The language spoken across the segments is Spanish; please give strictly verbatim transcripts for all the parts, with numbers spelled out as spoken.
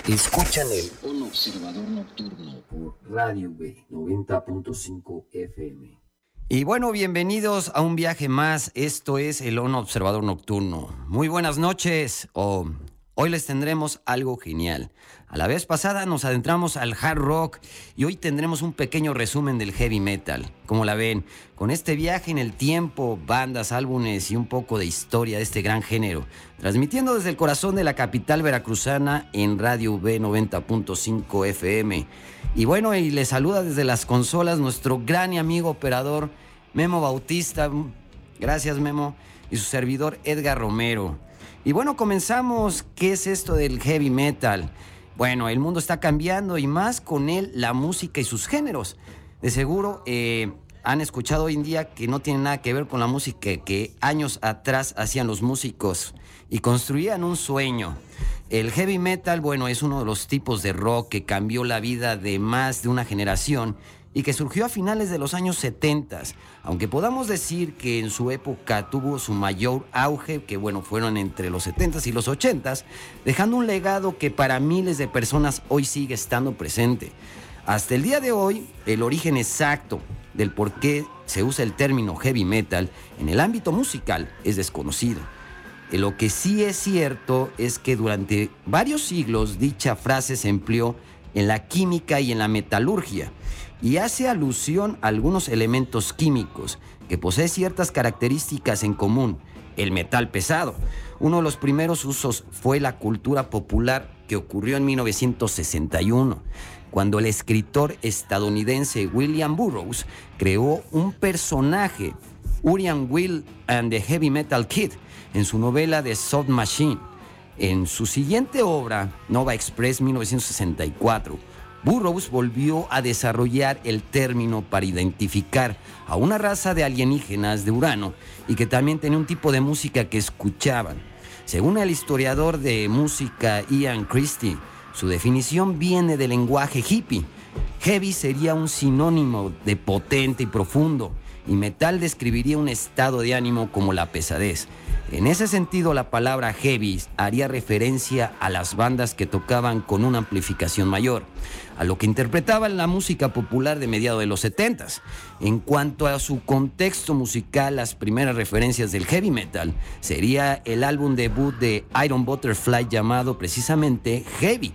Escuchan el Un Observador Nocturno por Radio B noventa punto cinco F M. Y bueno, bienvenidos a un viaje más. Esto es el Un Observador Nocturno. Muy buenas noches. Oh, hoy les tendremos algo genial. A la vez pasada nos adentramos al hard rock y hoy tendremos un pequeño resumen del heavy metal. Como la ven, con este viaje en el tiempo, bandas, álbumes y un poco de historia de este gran género. Transmitiendo desde el corazón de la capital veracruzana en Radio B noventa punto cinco F M. Y bueno, y les saluda desde las consolas nuestro gran y amigo operador Memo Bautista. Gracias, Memo. Y su servidor Edgar Romero. Y bueno, comenzamos. ¿Qué es esto del heavy metal? Bueno, el mundo está cambiando y más con él la música y sus géneros. De seguro eh, han escuchado hoy en día que no tiene nada que ver con la música que años atrás hacían los músicos y construían un sueño. El heavy metal, bueno, es uno de los tipos de rock que cambió la vida de más de una generación y que surgió a finales de los años setenta, aunque podamos decir que en su época tuvo su mayor auge, que bueno, fueron entre los setenta y los ochenta, dejando un legado que para miles de personas hoy sigue estando presente. Hasta el día de hoy, el origen exacto del por qué se usa el término heavy metal en el ámbito musical es desconocido. Lo que sí es cierto es que durante varios siglos dicha frase se empleó en la química y en la metalurgia y hace alusión a algunos elementos químicos que poseen ciertas características en común. El metal pesado. Uno de los primeros usos fue la cultura popular que ocurrió en mil novecientos sesenta y uno, cuando el escritor estadounidense William Burroughs creó un personaje, Uriah Will and the Heavy Metal Kid, en su novela The Soft Machine. En su siguiente obra, Nova Express, mil novecientos sesenta y cuatro, Burroughs volvió a desarrollar el término para identificar a una raza de alienígenas de Urano y que también tenía un tipo de música que escuchaban. Según el historiador de música Ian Christie, su definición viene del lenguaje hippie. Heavy sería un sinónimo de potente y profundo, y metal describiría un estado de ánimo como la pesadez. En ese sentido, la palabra heavy haría referencia a las bandas que tocaban con una amplificación mayor, a lo que interpretaban la música popular de mediados de los setentas. En cuanto a su contexto musical, las primeras referencias del heavy metal sería el álbum debut de Iron Butterfly llamado precisamente Heavy.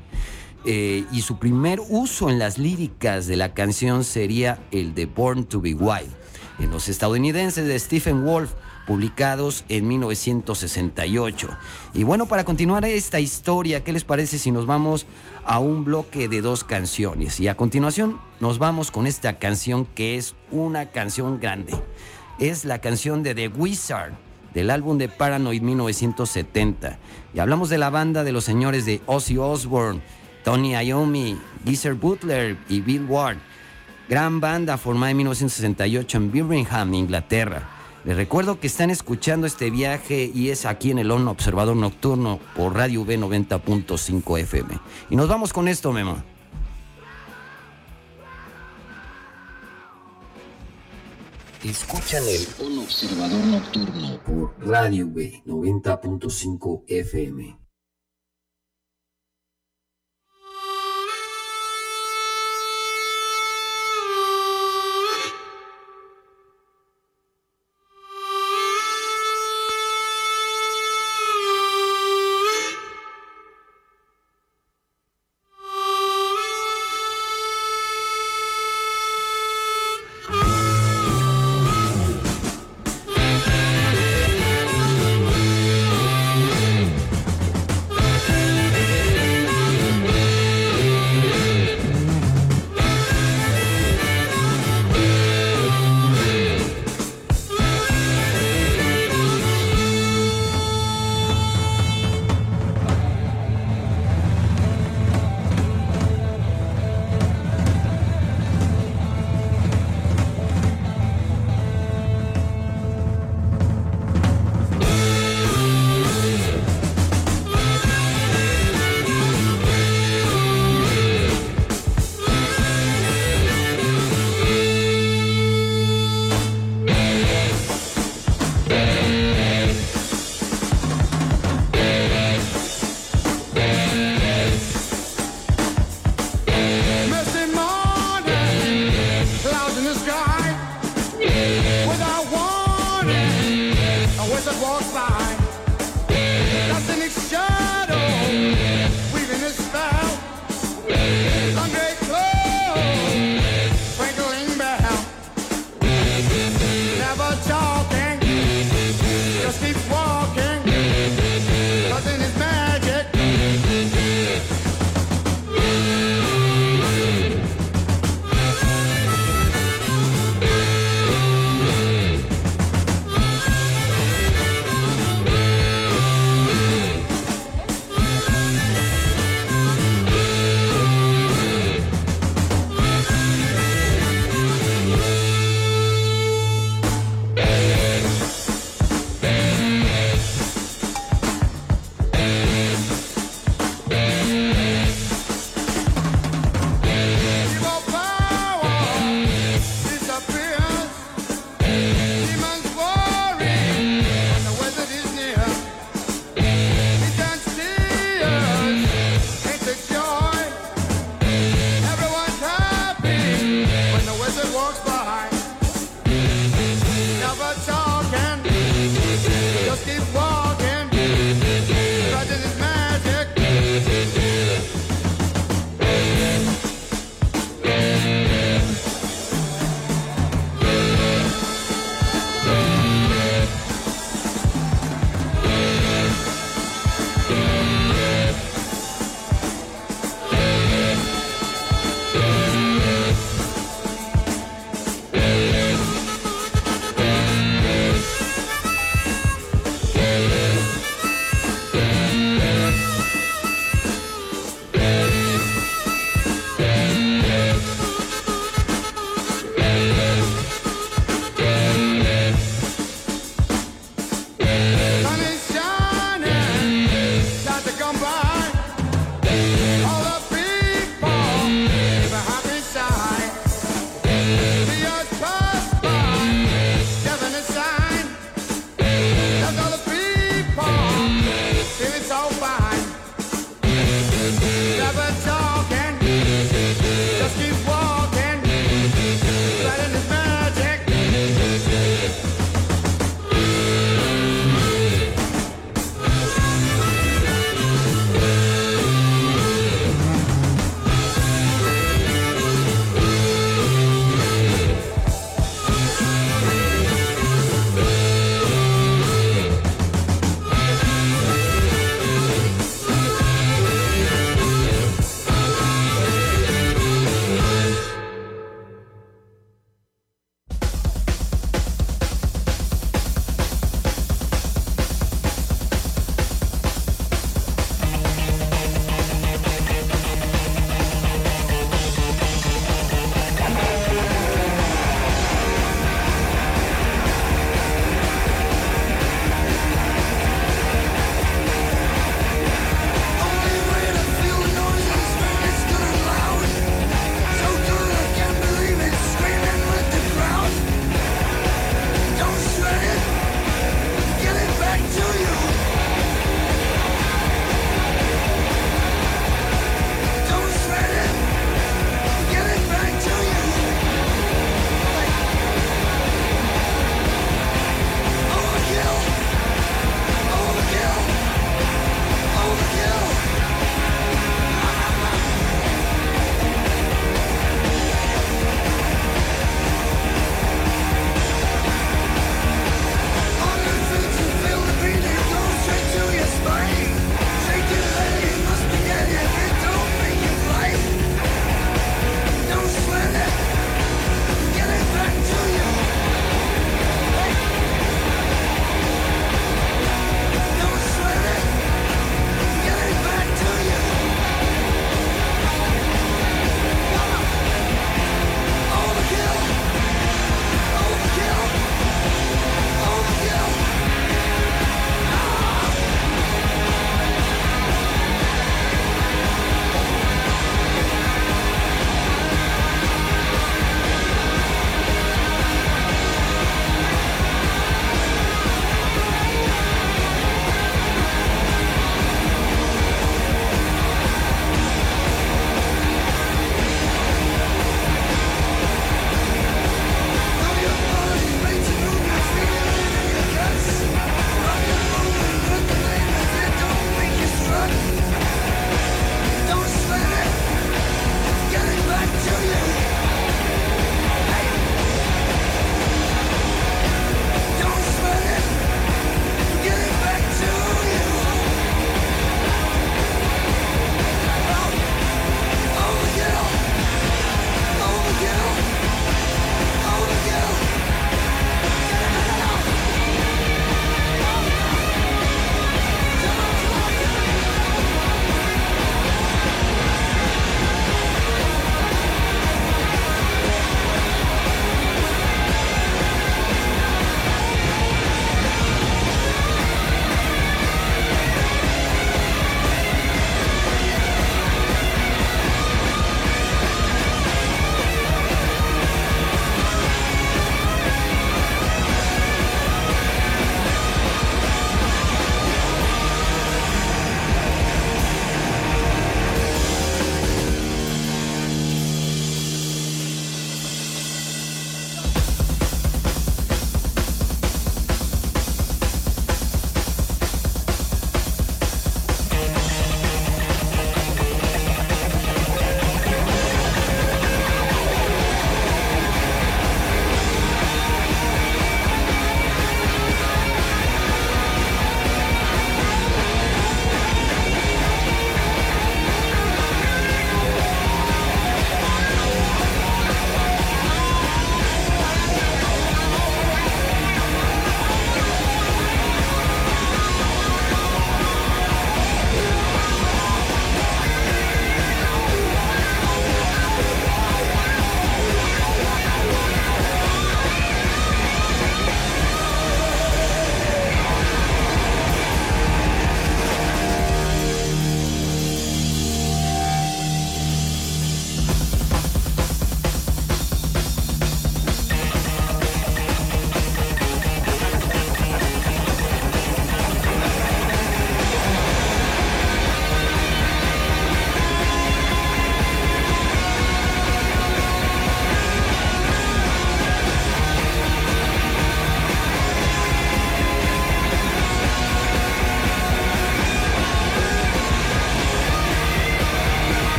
Eh, y su primer uso en las líricas de la canción sería el de Born to Be Wild, en los estadounidenses de Stephen Wolf, publicados en mil novecientos sesenta y ocho. Y bueno, para continuar esta historia, ¿qué les parece si nos vamos a un bloque de dos canciones? Y a continuación nos vamos con esta canción que es una canción grande. Es la canción de The Wizard, del álbum de Paranoid mil novecientos setenta. Y hablamos de la banda de los señores de Ozzy Osbourne, Tony Iommi, Geezer Butler y Bill Ward. Gran banda formada en mil novecientos sesenta y ocho en Birmingham, Inglaterra. Les recuerdo que están escuchando este viaje y es aquí en el Un Observador Nocturno por Radio B noventa punto cinco F M. Y nos vamos con esto, Memo. Escuchan el Un Observador Nocturno por Radio B noventa punto cinco F M.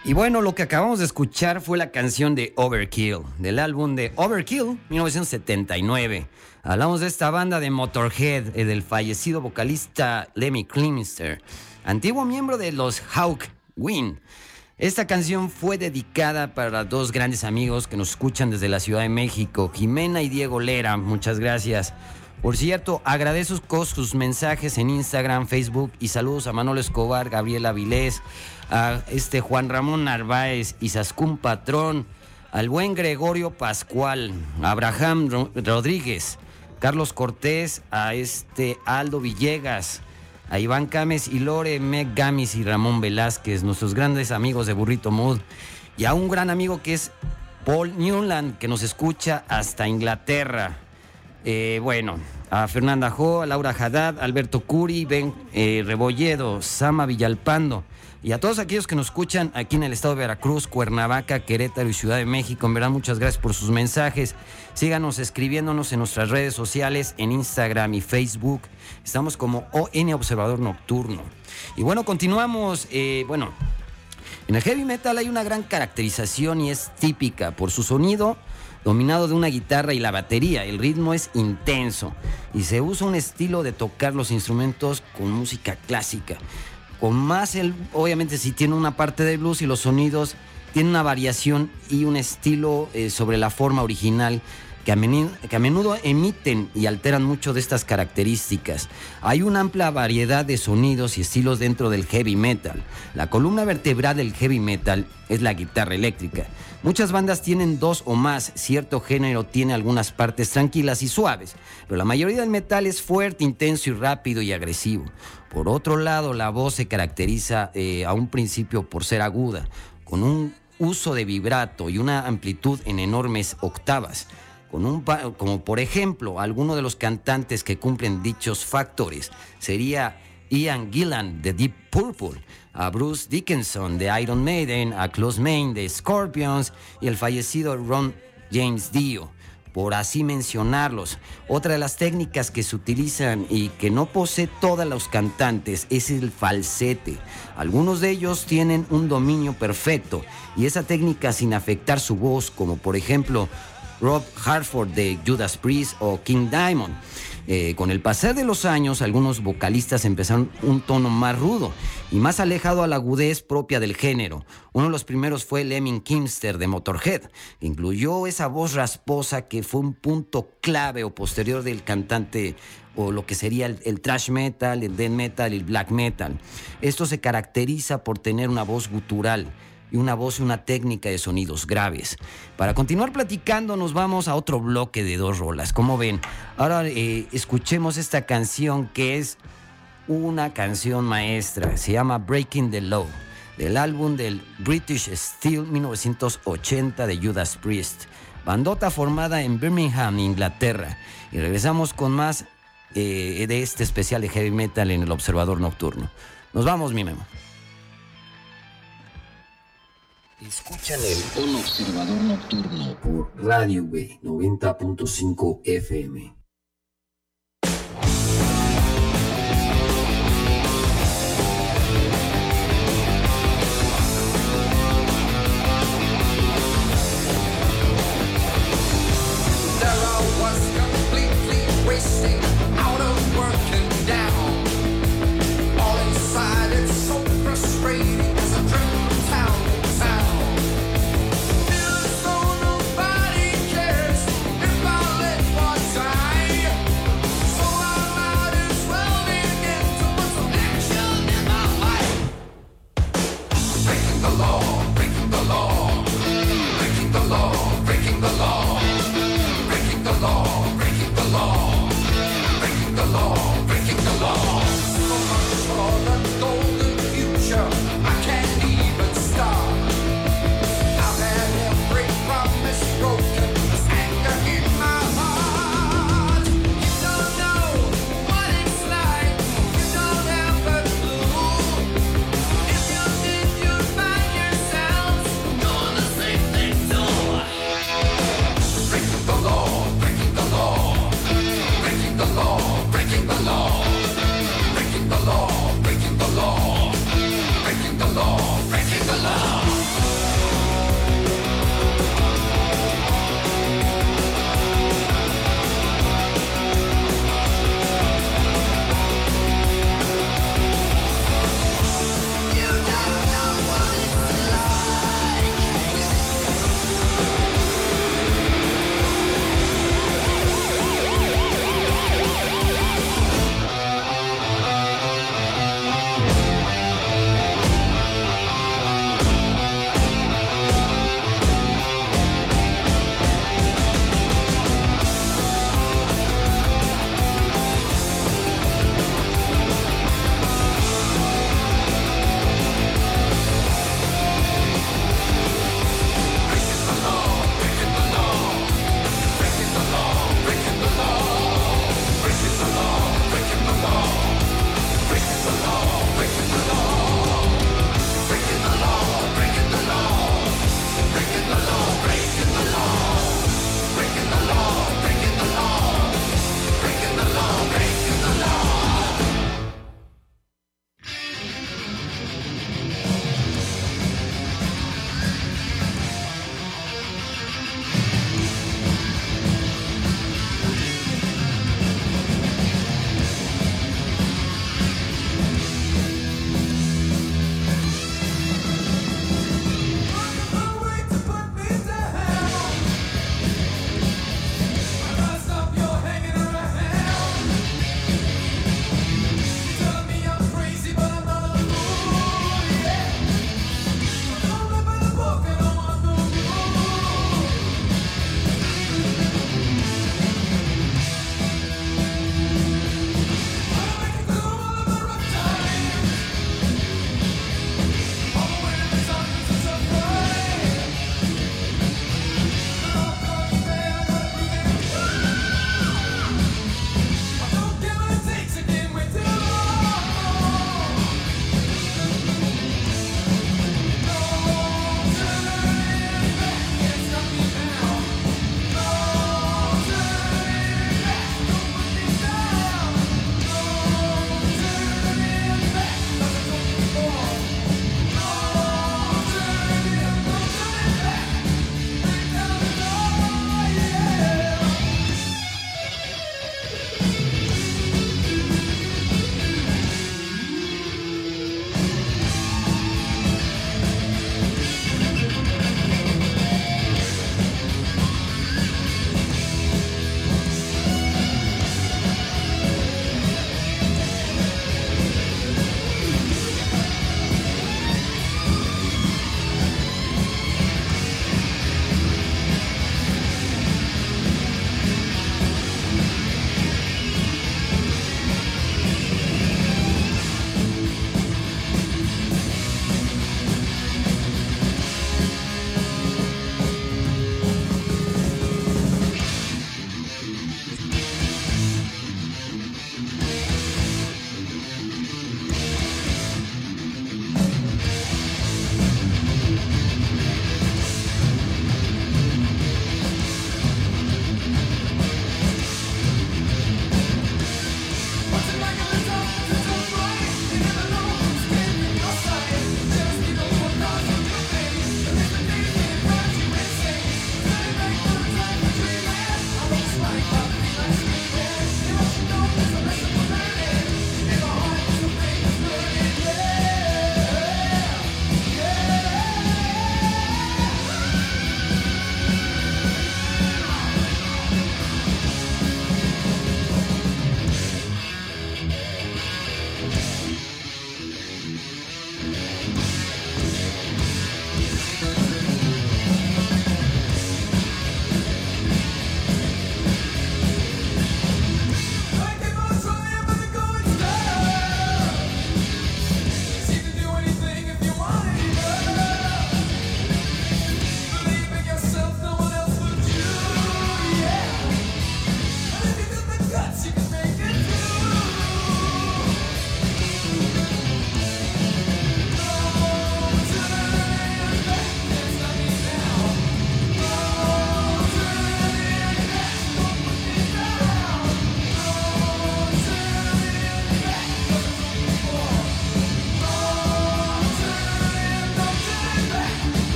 Y bueno, lo que acabamos de escuchar fue la canción de Overkill, del álbum de Overkill, mil novecientos setenta y nueve. Hablamos de esta banda de Motorhead, eh, del fallecido vocalista Lemmy Kilmister, antiguo miembro de los Hawkwind. Esta canción fue dedicada para dos grandes amigos que nos escuchan desde la Ciudad de México, Jimena y Diego Lera. Muchas gracias. Por cierto, agradezco sus mensajes en Instagram, Facebook, y saludos a Manolo Escobar, Gabriel Avilés, a este Juan Ramón Narváez, Izaskun Patrón, al buen Gregorio Pascual, a Abraham Rodríguez, Carlos Cortés, a este Aldo Villegas, a Iván Cames y Lore Meg Gamis y Ramón Velázquez, nuestros grandes amigos de Burrito Mood, y a un gran amigo que es Paul Newland, que nos escucha hasta Inglaterra. Eh, bueno, a Fernanda Jo, a Laura Haddad, Alberto Curi, Ben eh, Rebolledo, Sama Villalpando, y a todos aquellos que nos escuchan aquí en el estado de Veracruz, Cuernavaca, Querétaro y Ciudad de México. En verdad, muchas gracias por sus mensajes. Síganos escribiéndonos en nuestras redes sociales, en Instagram y Facebook. Estamos como O N Observador Nocturno. Y bueno, continuamos. Eh, bueno, en el heavy metal hay una gran caracterización y es típica por su sonido dominado de una guitarra y la batería. El ritmo es intenso y se usa un estilo de tocar los instrumentos con música clásica. Con más, el, obviamente, si tiene una parte de blues y los sonidos tienen una variación y un estilo eh, sobre la forma original que a, menudo, que a menudo emiten y alteran mucho de estas características. Hay una amplia variedad de sonidos y estilos dentro del heavy metal. La columna vertebral del heavy metal es la guitarra eléctrica. Muchas bandas tienen dos o más, cierto género tiene algunas partes tranquilas y suaves, pero la mayoría del metal es fuerte, intenso y rápido y agresivo. Por otro lado, la voz se caracteriza eh, a un principio por ser aguda, con un uso de vibrato y una amplitud en enormes octavas. Con un, como por ejemplo, algunos de los cantantes que cumplen dichos factores sería Ian Gillan de Deep Purple, a Bruce Dickinson de Iron Maiden, a Klaus Meine de Scorpions y el fallecido Ron James Dio, por así mencionarlos. Otra de las técnicas que se utilizan y que no posee todos los cantantes es el falsete. Algunos de ellos tienen un dominio perfecto y esa técnica sin afectar su voz, como por ejemplo Rob Halford de Judas Priest o King Diamond. Eh, con el pasar de los años, algunos vocalistas empezaron un tono más rudo y más alejado a la agudez propia del género. Uno de los primeros fue Lemmy Kilmister de Motorhead, que incluyó esa voz rasposa que fue un punto clave o posterior del cantante o lo que sería el, el thrash metal, el death metal y el black metal. Esto se caracteriza por tener una voz gutural y una voz y una técnica de sonidos graves. Para continuar platicando, nos vamos a otro bloque de dos rolas. Como ven, ahora eh, escuchemos esta canción que es una canción maestra. Se llama Breaking the Law, del álbum del British Steel mil novecientos ochenta de Judas Priest, bandota formada en Birmingham, Inglaterra. Y regresamos con más eh, de este especial de heavy metal en el Observador Nocturno. Nos vamos, mi Memo. Escuchan el Un Observador Nocturno por Radio B noventa punto cinco F M. Time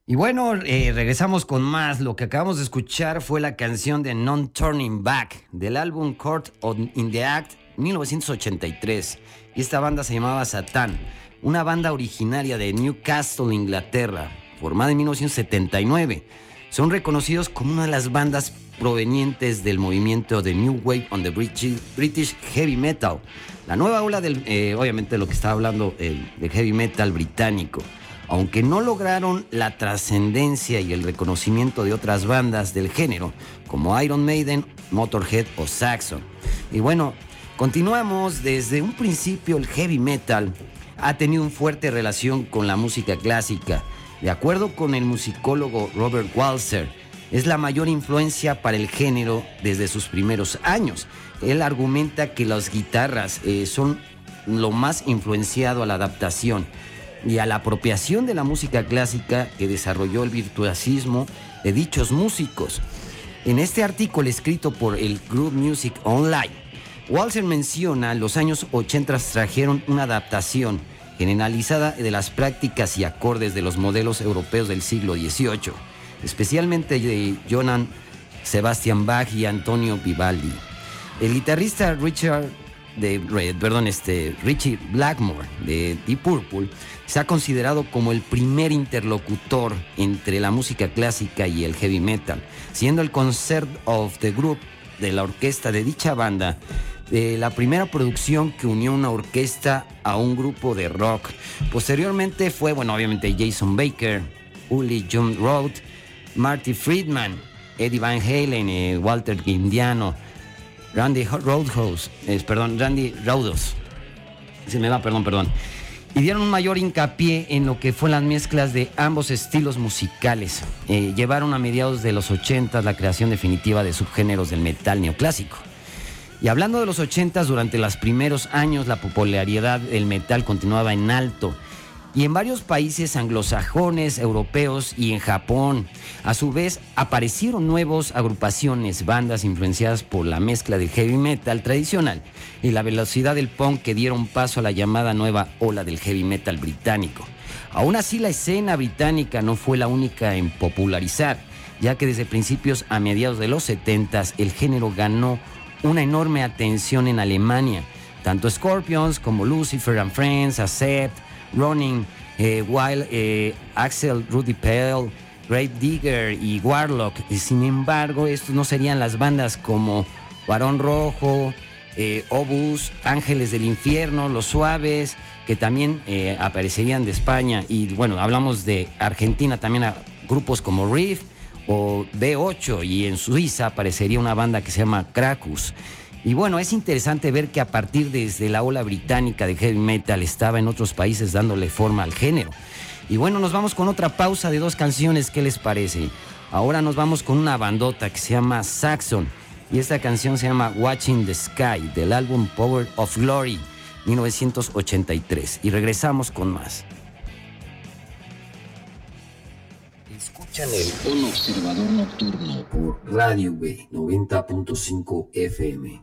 Y bueno, eh, regresamos con más. Lo que acabamos de escuchar fue la canción de No Turning Back del álbum Court in the Act mil novecientos ochenta y tres. Y esta banda se llamaba Satán, una banda originaria de Newcastle, Inglaterra, formada en mil novecientos setenta y nueve. Son reconocidos como una de las bandas provenientes del movimiento de New Wave on the British, British Heavy Metal, la nueva ola del, eh, obviamente, lo que estaba hablando, el, del heavy metal británico. Aunque no lograron la trascendencia y el reconocimiento de otras bandas del género, como Iron Maiden, Motorhead o Saxon. Y bueno, continuamos. Desde un principio el heavy metal ha tenido una fuerte relación con la música clásica. De acuerdo con el musicólogo Robert Walser, es la mayor influencia para el género desde sus primeros años. Él argumenta que las guitarras eh, son lo más influenciado a la adaptación y a la apropiación de la música clásica que desarrolló el virtuosismo de dichos músicos. En este artículo escrito por el Group Music Online, Walser menciona los años ochenta trajeron una adaptación generalizada de las prácticas y acordes de los modelos europeos del siglo dieciocho, especialmente de Johann Sebastian Bach y Antonio Vivaldi. El guitarrista Richard de, perdón, este, Richie Blackmore de Deep Purple se ha considerado como el primer interlocutor entre la música clásica y el heavy metal, siendo el Concert of the Group de la orquesta de dicha banda de la primera producción que unió una orquesta a un grupo de rock. Posteriormente fue, bueno, obviamente Jason Baker, Uli Jon Roth, Marty Friedman, Eddie Van Halen, eh, Walter Guindiano, Randy Roadhouse, eh, perdón, Randy Rhoads, se me va, perdón, perdón, y dieron un mayor hincapié en lo que fue las mezclas de ambos estilos musicales. Eh, llevaron a mediados de los ochentas la creación definitiva de subgéneros del metal neoclásico. Y hablando de los ochentas, durante los primeros años la popularidad del metal continuaba en alto, y en varios países anglosajones, europeos y en Japón. A su vez, aparecieron nuevas agrupaciones, bandas influenciadas por la mezcla del heavy metal tradicional y la velocidad del punk que dieron paso a la llamada nueva ola del heavy metal británico. Aún así, la escena británica no fue la única en popularizar, ya que desde principios a mediados de los setentas el género ganó una enorme atención en Alemania. Tanto Scorpions como Lucifer and Friends, Accept, Running, eh, Wild, eh, Axel Rudy Pell, Grave Digger y Warlock. Sin embargo, estos no serían las bandas como Barón Rojo, eh, Obus, Ángeles del Infierno, Los Suaves, que también eh, aparecerían de España. Y bueno, hablamos de Argentina también, a grupos como Riff o B ocho, y en Suiza aparecería una banda que se llama Krakus. Y bueno, es interesante ver que a partir desde la ola británica de heavy metal estaba en otros países dándole forma al género. Y bueno, nos vamos con otra pausa de dos canciones, ¿qué les parece? Ahora nos vamos con una bandota que se llama Saxon, y esta canción se llama Watching the Sky, del álbum Power of Glory, mil novecientos ochenta y tres. Y regresamos con más. Escuchan el Un Observador Nocturno por Radio B noventa punto cinco F M.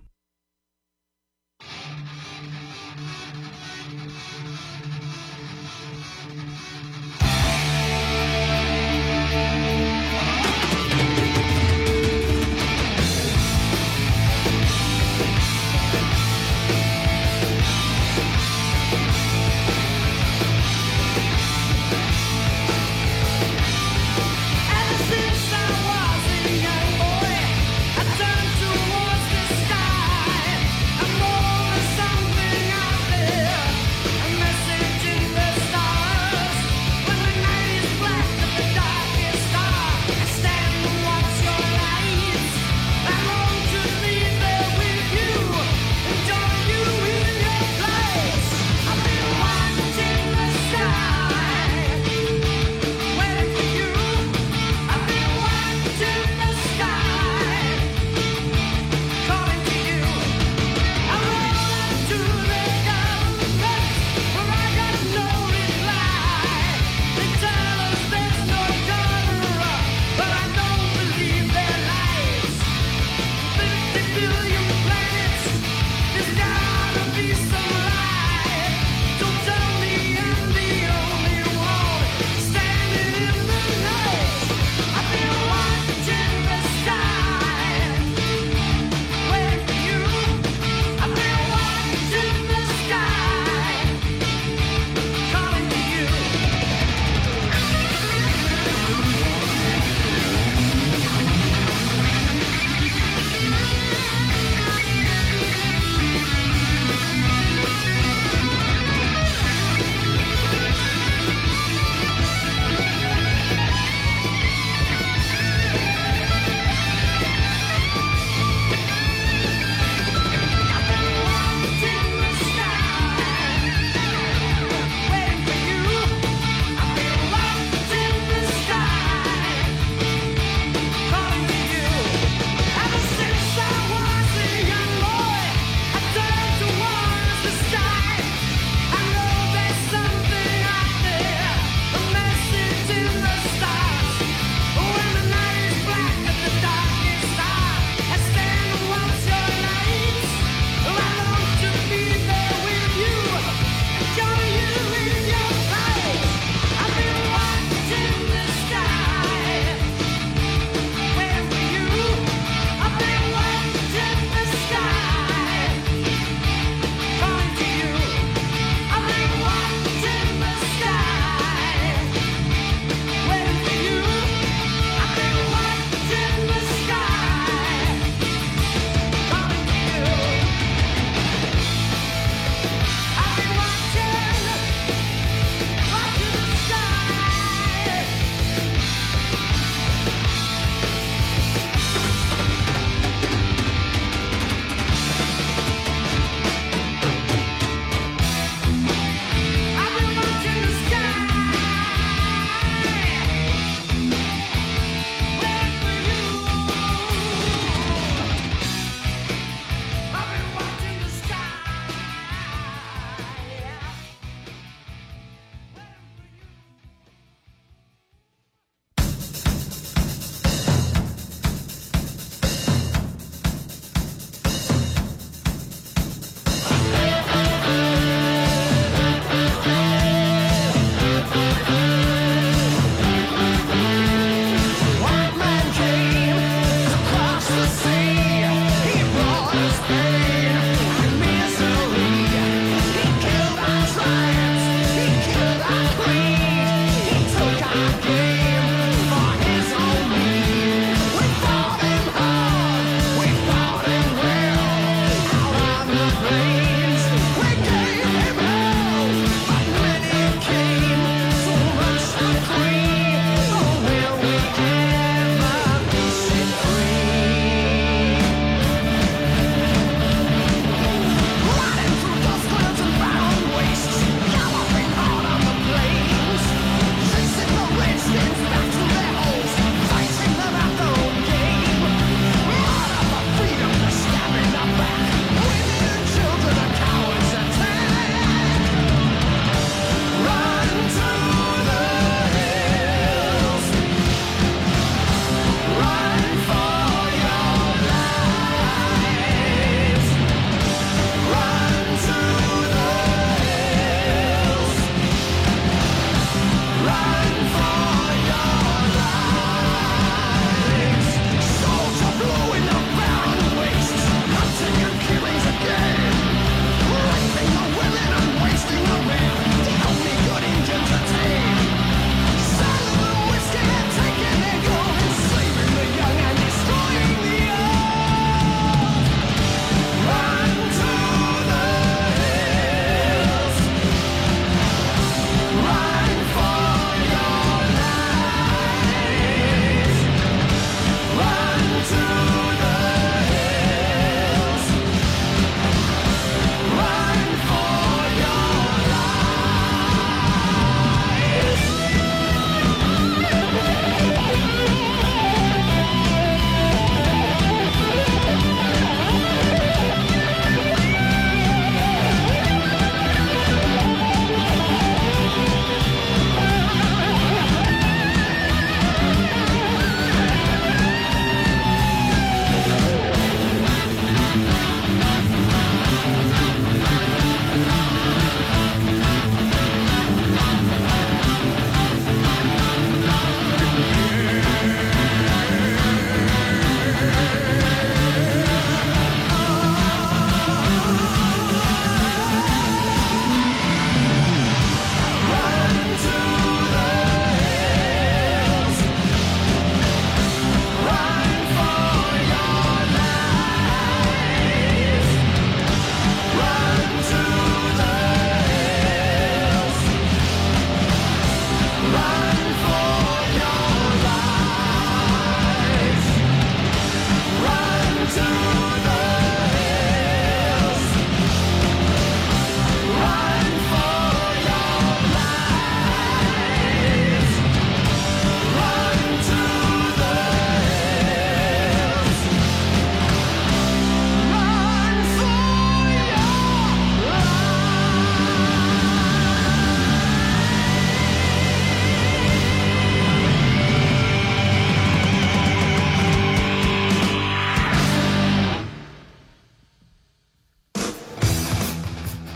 Since I was a young boy, I turned towards the sky.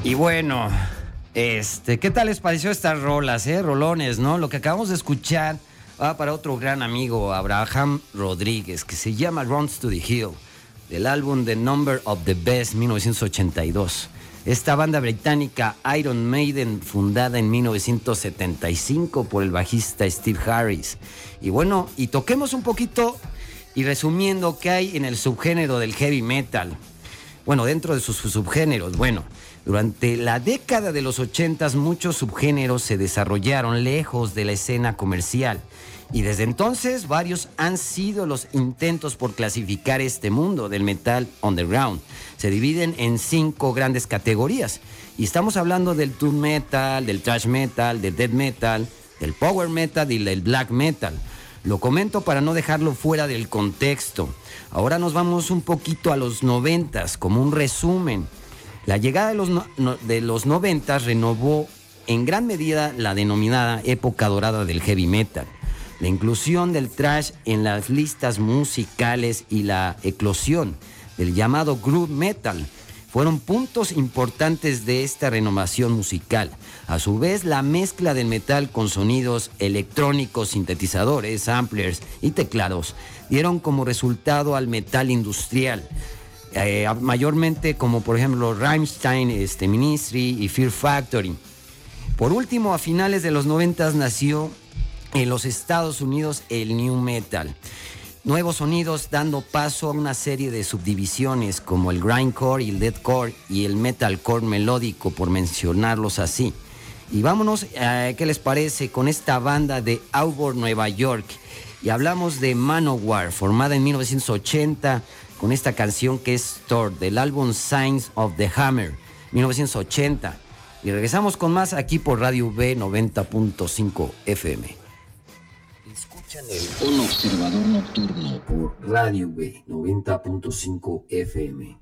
Y bueno, este, ¿qué tal les pareció estas rolas, eh? Rolones, ¿no? Lo que acabamos de escuchar va para otro gran amigo, Abraham Rodríguez, que se llama Runs to the Hill, del álbum The Number of the Beast, mil novecientos ochenta y dos. Esta banda británica Iron Maiden, fundada en mil novecientos setenta y cinco por el bajista Steve Harris. Y bueno, y toquemos un poquito y resumiendo qué hay en el subgénero del heavy metal. Bueno, dentro de sus subgéneros, bueno, durante la década de los ochentas muchos subgéneros se desarrollaron lejos de la escena comercial y desde entonces varios han sido los intentos por clasificar este mundo del metal underground. Se dividen en cinco grandes categorías y estamos hablando del doom metal, del thrash metal, del death metal, del power metal y del black metal. Lo comento para no dejarlo fuera del contexto. Ahora nos vamos un poquito a los noventas como un resumen. La llegada de los, no, no, de los noventas renovó en gran medida la denominada época dorada del heavy metal. La inclusión del thrash en las listas musicales y la eclosión del llamado groove metal fueron puntos importantes de esta renovación musical. A su vez, la mezcla del metal con sonidos electrónicos, sintetizadores, samplers y teclados dieron como resultado al metal industrial. Eh, mayormente como por ejemplo Rammstein, este, Ministry y Fear Factory. Por último, a finales de los noventas nació en los Estados Unidos el New Metal. Nuevos sonidos dando paso a una serie de subdivisiones como el Grindcore y el Deathcore y el Metalcore melódico, por mencionarlos así. Y vámonos, eh, ¿qué les parece con esta banda de Auburn, Nueva York? Y hablamos de Manowar, formada en mil novecientos ochenta, con esta canción que es Thor, del álbum Signs of the Hammer, mil novecientos ochenta. Y regresamos con más aquí por Radio B noventa punto cinco F M. Escuchan el Un Observador Nocturno por Radio B noventa punto cinco F M.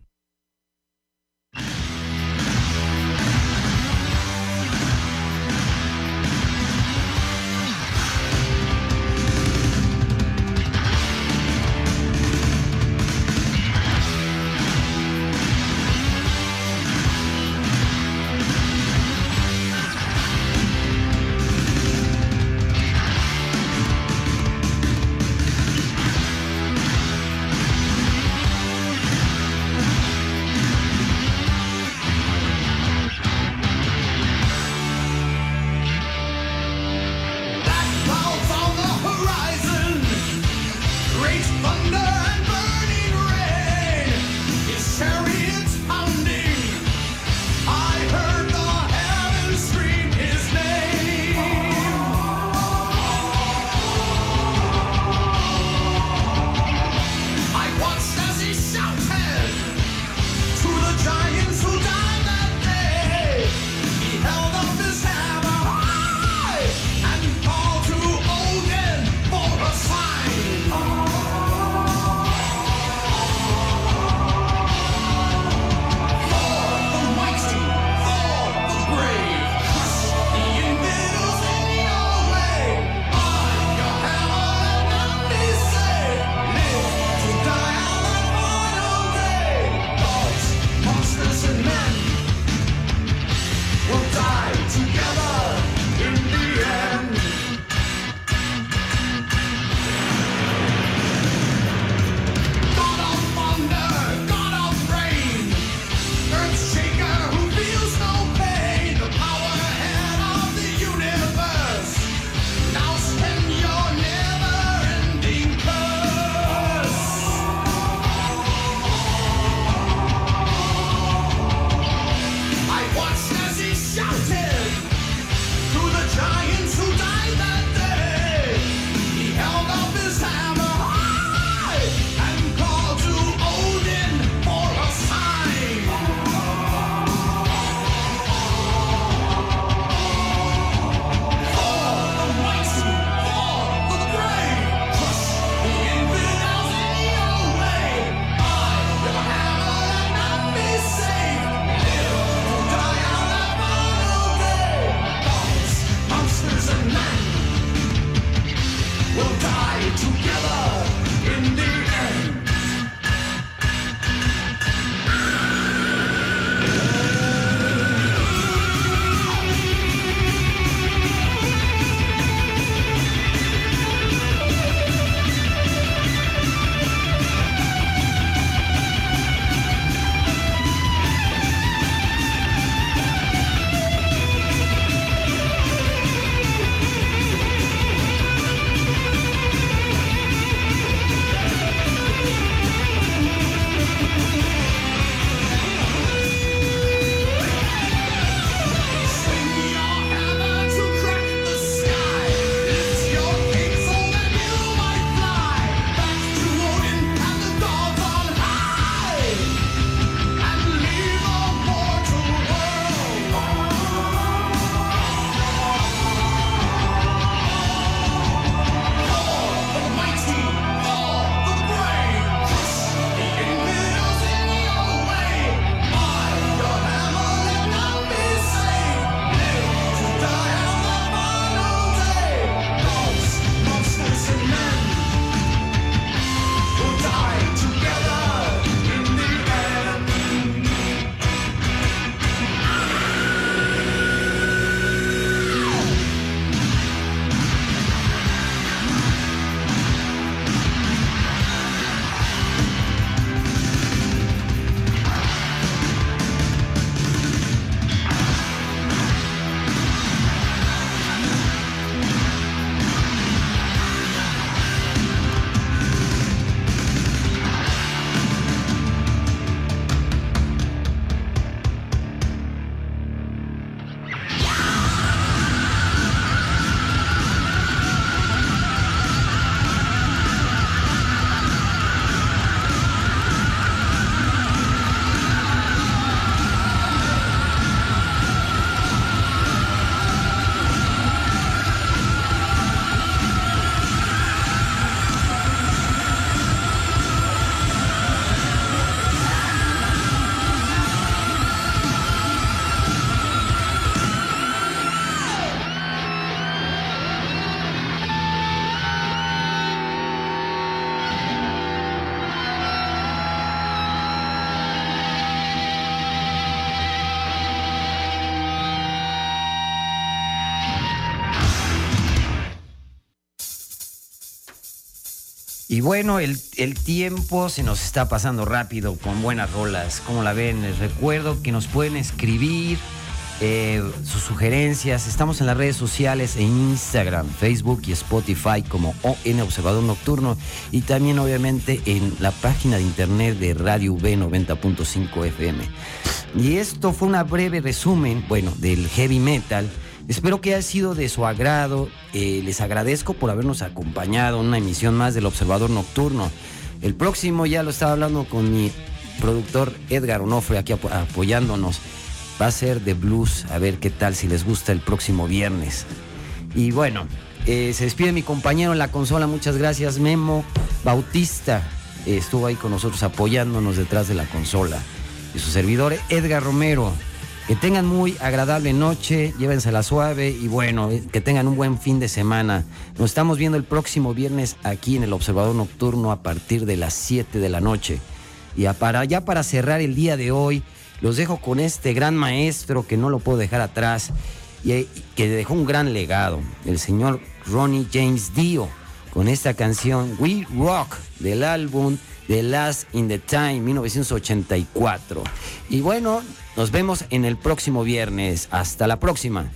Y bueno, el, el tiempo se nos está pasando rápido con buenas rolas. ¿Cómo la ven? Les recuerdo que nos pueden escribir eh, sus sugerencias. Estamos en las redes sociales, en Instagram, Facebook y Spotify como O N Observador Nocturno. Y también obviamente en la página de internet de Radio V noventa punto cinco F M. Y esto fue una breve resumen, bueno, del heavy metal. Espero que haya sido de su agrado. Eh, les agradezco por habernos acompañado en una emisión más del Observador Nocturno. El próximo, ya lo estaba hablando con mi productor Edgar Onofre, aquí ap- apoyándonos, va a ser de blues. A ver qué tal, si les gusta el próximo viernes. Y bueno, eh, se despide mi compañero en la consola. Muchas gracias, Memo Bautista. Eh, estuvo ahí con nosotros apoyándonos detrás de la consola. Y su servidor Edgar Romero. Que tengan muy agradable noche, llévensela suave y bueno, que tengan un buen fin de semana. Nos estamos viendo el próximo viernes aquí en el Observador Nocturno a partir de las siete de la noche. Y para, ya para cerrar el día de hoy, los dejo con este gran maestro que no lo puedo dejar atrás y que dejó un gran legado, el señor Ronnie James Dio, con esta canción We Rock del álbum The Last in the Time, mil novecientos ochenta y cuatro. Y bueno, nos vemos en el próximo viernes. Hasta la próxima.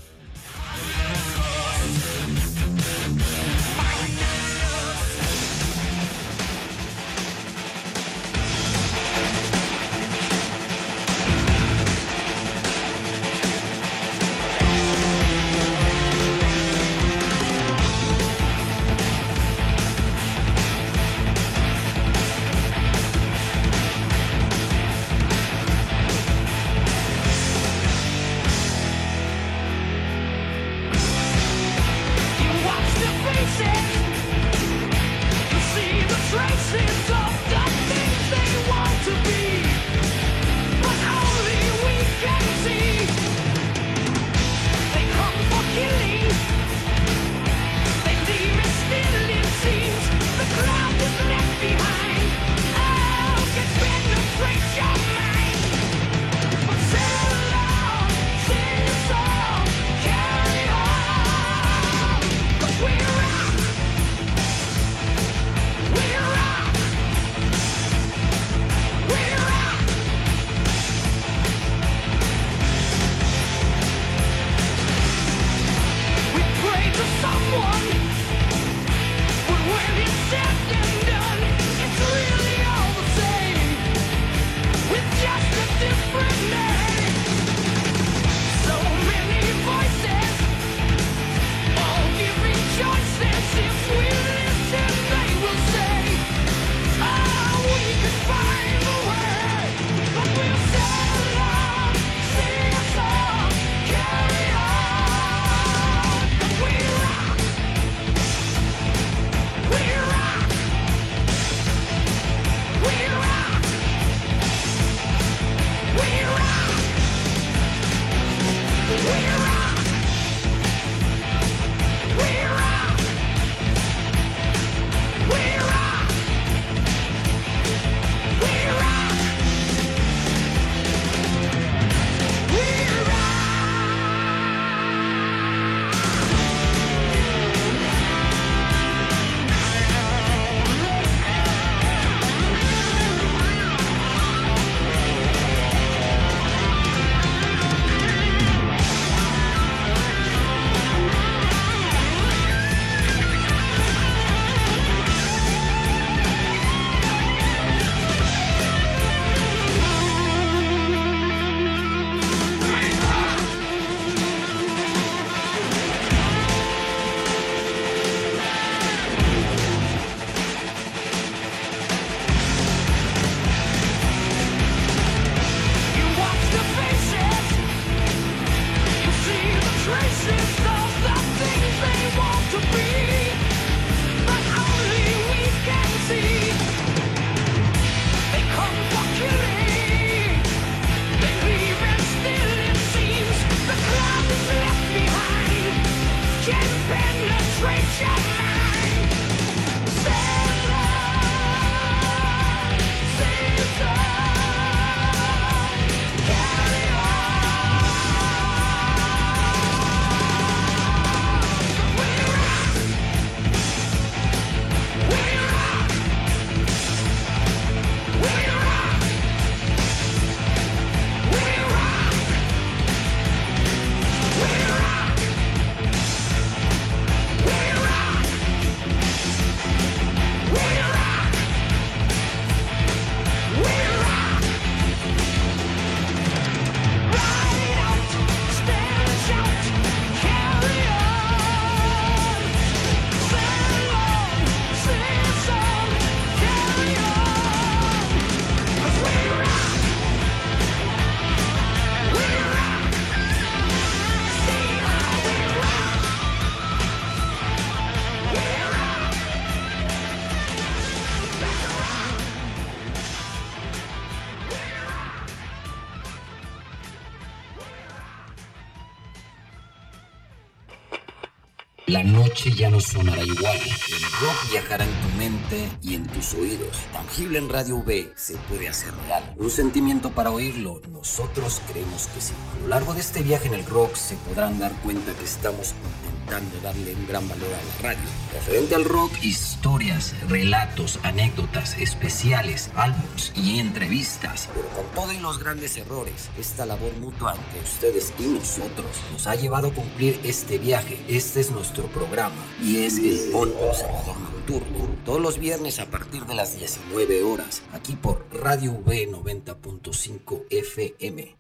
La noche ya no sonará igual. El rock viajará en tu mente y en tus oídos. Tangible en Radio V, se puede hacer real. Un sentimiento para oírlo, nosotros creemos que sí. A lo largo de este viaje en el rock se podrán dar cuenta que estamos intentando darle un gran valor a la radio. Referente al rock, historias, relatos, anécdotas, especiales, álbumes y entrevistas. Pero con todo y los grandes errores, esta labor mutua entre ustedes y nosotros nos ha llevado a cumplir este viaje. Este es nuestro programa y es el On Observador Nocturno. Todos los viernes a partir de las diecinueve horas, aquí por Radio V noventa punto cinco F M.